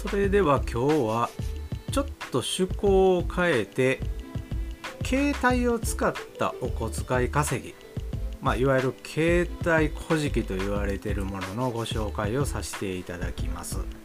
それでは今日はちょっと趣向を変えて携帯を使ったお小遣い稼ぎ、いわゆる携帯小じきと言われているもののご紹介をさせていただきます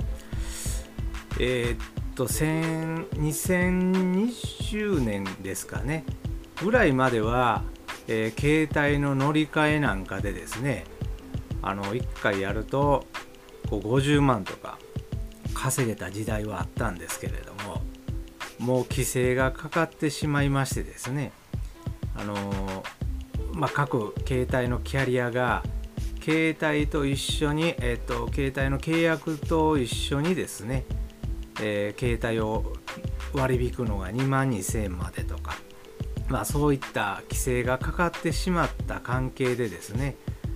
。2020年ですかねぐらいまでは、携帯の乗り換えなんかでですね、1回やると50万とか稼げた時代はあったんですけれども、もう規制がかかってしまいましてですね、各携帯のキャリアが携帯と一緒に、携帯の契約と一緒にですね、携帯を割り引くのが2万2000円までとか、そういった規制がかかってしまった関係でですね、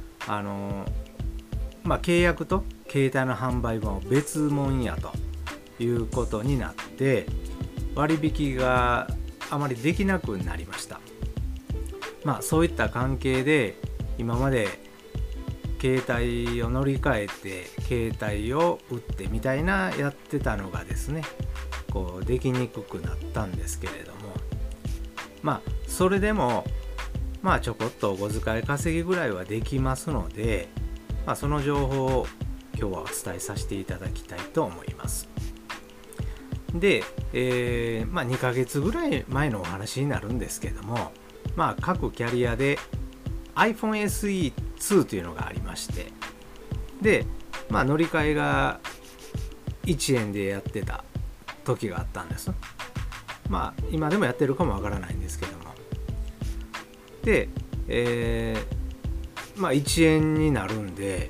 契約と携帯の販売も別物やということになって割引があまりできなくなりました。そういった関係で今まで携帯を乗り換えて携帯を売ってみたいなやってたのがですね、できにくくなったんですけれども、それでもちょこっとお小遣い稼ぎぐらいはできますので、その情報を今日はお伝えさせていただきたいと思います。で、2ヶ月ぐらい前のお話になるんですけども、各キャリアで iPhone SE2 というのがありまして、で、乗り換えが1円でやってた時があったんです。今でもやってるかもわからないんですけども、で、1円になるんで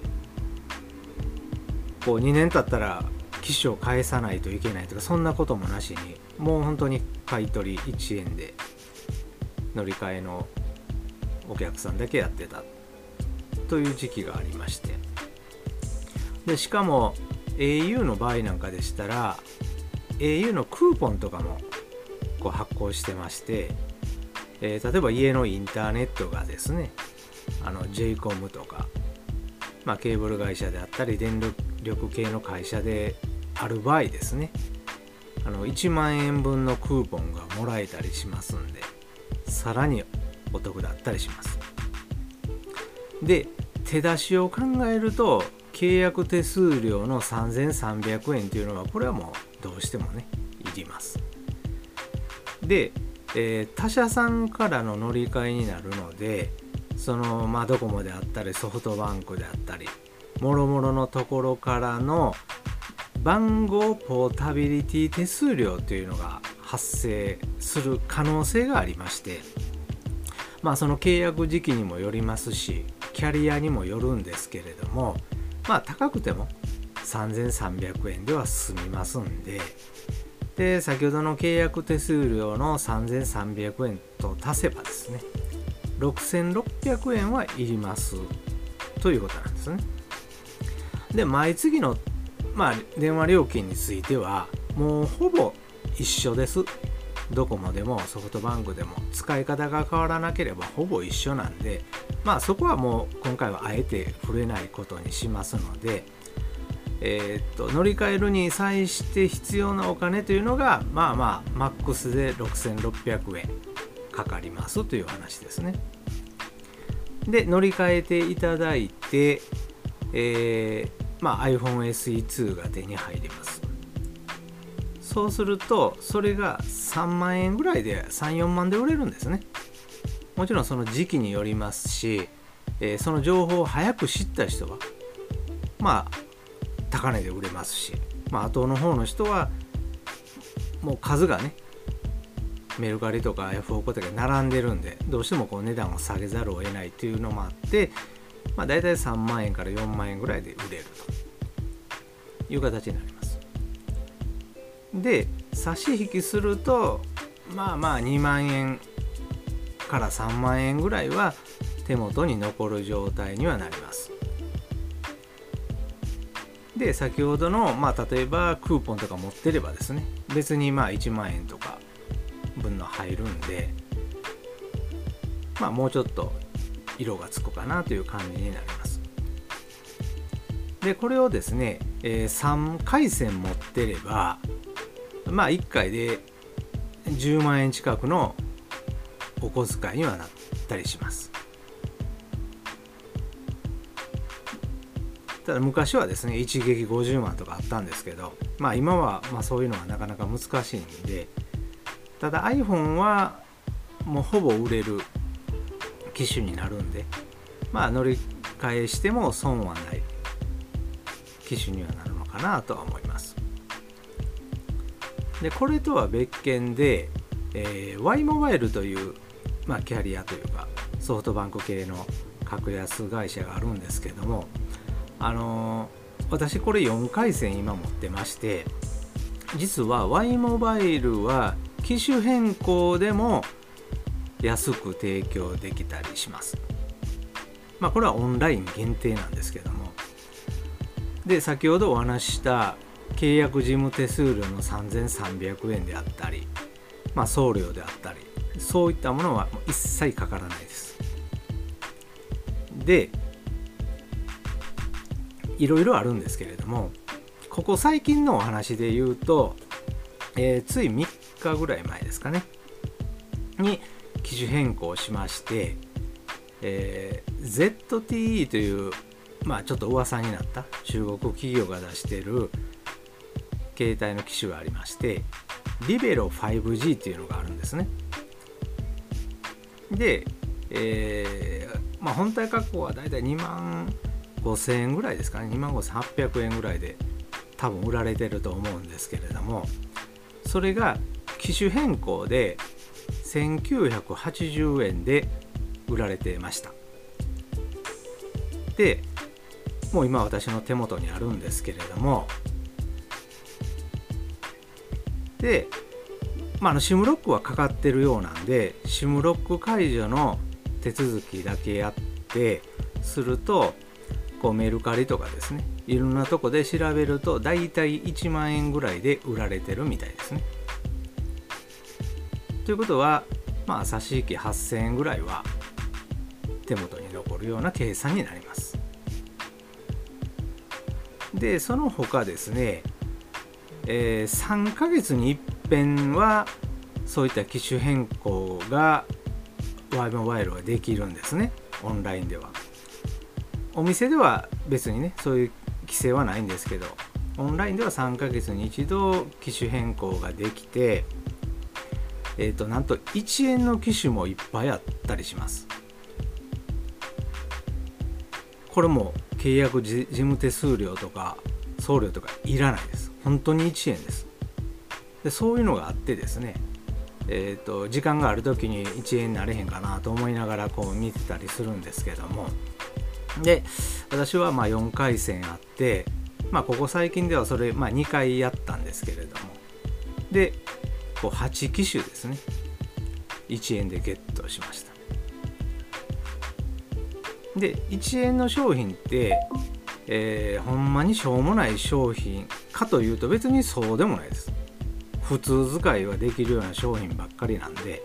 2年経ったら機種を返さないといけないとか、そんなこともなしにもう本当に買い取り1円で乗り換えのお客さんだけやってたという時期がありまして、でしかも au の場合なんかでしたら au のクーポンとかも発行してまして、例えば家のインターネットがですね、JCOM とか、ケーブル会社であったり電力系の会社である場合ですね、1万円分のクーポンがもらえたりしますんで、さらにお得だったりします。で、手出しを考えると契約手数料の3300円というのはこれはもうどうしてもねいります。で、他社さんからの乗り換えになるので、ドコモであったりソフトバンクであったりもろもろのところからの番号ポータビリティ手数料というのが発生する可能性がありまして、その契約時期にもよりますしキャリアにもよるんですけれども、高くても3300円では済みますんで、先ほどの契約手数料の3300円と足せばですね、6600円はいりますということなんですね。で、毎月の、電話料金についてはもうほぼ一緒です。ドコモでもソフトバンクでも使い方が変わらなければほぼ一緒なんで、そこはもう今回はあえて触れないことにしますので、乗り換えるに際して必要なお金というのがマックスで6600円かかりますという話ですね。で、乗り換えていただいて、iPhone SE2 が手に入ります。そうするとそれが3万円ぐらいで3、4万で売れるんですね。もちろんその時期によりますし、その情報を早く知った人は高値で売れますし、後の方の人はもう数がねメルカリとかヤフオクとか並んでるんで、どうしても値段を下げざるを得ないというのもあって、だいたい3万円から4万円ぐらいで売れるという形になります。で、差し引きすると2万円から3万円ぐらいは手元に残る状態にはなります。で、先ほどの例えばクーポンとか持ってればですね、別に1万円とか分の入るんで、もうちょっと色がつくかなという感じになります。 でこれをですね、3回線持ってれば1回で10万円近くのお小遣いにはなったりします。ただ昔はですね一撃50万とかあったんですけど、今はそういうのはなかなか難しいんで、ただ iPhone はもうほぼ売れる機種になるんで、乗り換えしても損はない機種にはなるのかなとは思います。でこれとは別件で、Y モバイルという、キャリアというかソフトバンク系の格安会社があるんですけども、私これ4回線今持ってまして、実は Y モバイルは機種変更でも安く提供できたりします。これはオンライン限定なんですけども、で先ほどお話しした契約事務手数料の3300円であったり、送料であったり、そういったものは一切かからないです。でいろいろあるんですけれども、ここ最近のお話で言うと、つい3日ぐらい前ですかねに機種変更しまして、ZTE という、ちょっと噂になった中国企業が出している携帯の機種がありまして、リベロ 5G というのがあるんですね。で、本体価格はだいたい2万5000円ぐらいですかね、2万5800円ぐらいで多分売られてると思うんですけれども、それが機種変更で1980円で売られてました。でもう今私の手元にあるんですけれども、で、SIM ロックはかかってるようなんで SIM ロック解除の手続きだけやってすると、メルカリとかですね、いろんなとこで調べるとだいたい1万円ぐらいで売られてるみたいですね。ということは差し引き8000円ぐらいは手元に残るような計算になります。でその他ですね、3ヶ月に一遍はそういった機種変更が Y モバイルはできるんですね、オンラインでは。お店では別にねそういう規制はないんですけど、オンラインでは3ヶ月に一度機種変更ができて、なんと1円の機種もいっぱいあったりします。これも契約事務手数料とか送料とかいらないです。本当に1円です。でそういうのがあってですね、時間がある時に1円になれへんかなと思いながら見てたりするんですけども、で私は4回線あって、ここ最近ではそれ2回やったんですけれども、で8機種ですね1円でゲットしました。で1円の商品って、ほんまにしょうもない商品かというと別にそうでもないです。普通使いはできるような商品ばっかりなんで、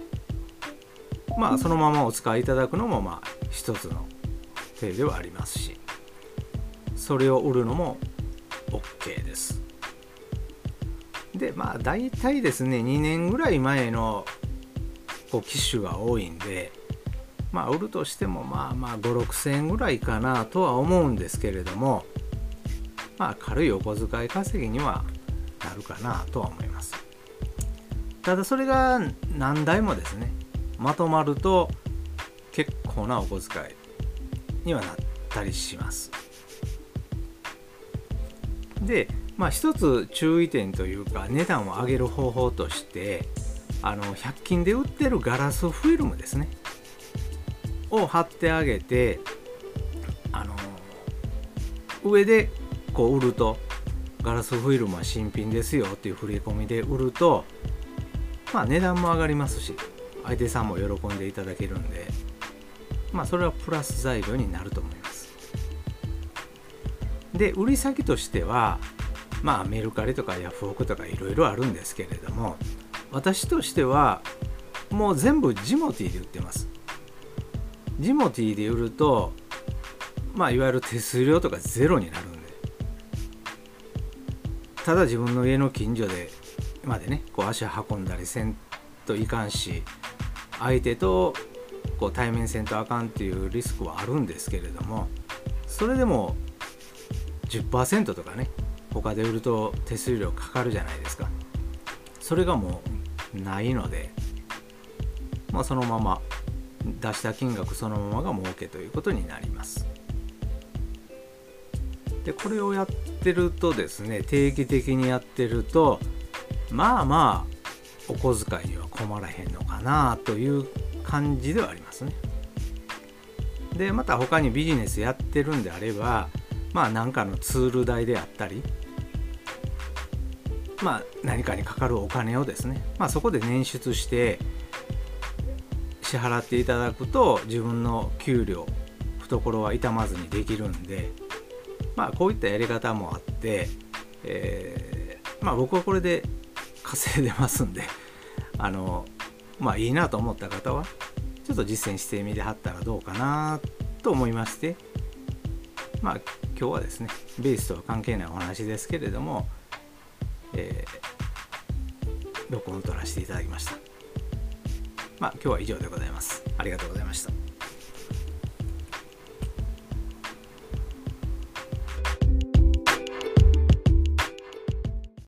そのままお使いいただくのも一つの手ではありますし、それを売るのも OK です。でだいたいですね2年ぐらい前の機種が多いんで、売るとしても5、6000円ぐらいかなとは思うんですけれども、軽いお小遣い稼ぎにはなるかなとは思います。ただそれが何台もですねまとまると結構なお小遣いにはなったりします。で一つ注意点というか値段を上げる方法として、100均で売ってるガラスフィルムですねを貼ってあげて、上で売ると、ガラスフィルムは新品ですよっていう振り込みで売ると、値段も上がりますし相手さんも喜んでいただけるんで、それはプラス材料になると思います。で売り先としてはメルカリとかヤフオクとかいろいろあるんですけれども、私としてはもう全部ジモティーで売ってます。ジモティーで売るといわゆる手数料とかゼロになるんただ自分の家の近所でまでねこう足運んだりせんといかんし、相手とこう対面せんとあかんっていうリスクはあるんですけれども、それでも 10% とかね他で売ると手数料かかるじゃないですか。それがもうないので、そのまま出した金額そのままが儲けということになります。でこれをやってるとですね、定期的にやってるとお小遣いには困らへんのかなという感じではありますね。でまた他にビジネスやってるんであれば、何かのツール代であったり、何かにかかるお金をですね、そこで捻出して支払っていただくと自分の給料懐は痛まずにできるんで、こういったやり方もあって、僕はこれで稼いでますんで、いいなと思った方はちょっと実践してみてはったらどうかなと思いまして、今日はですねベースとは関係ないお話ですけれども、録音を取らせていただきました。今日は以上でございます。ありがとうございました。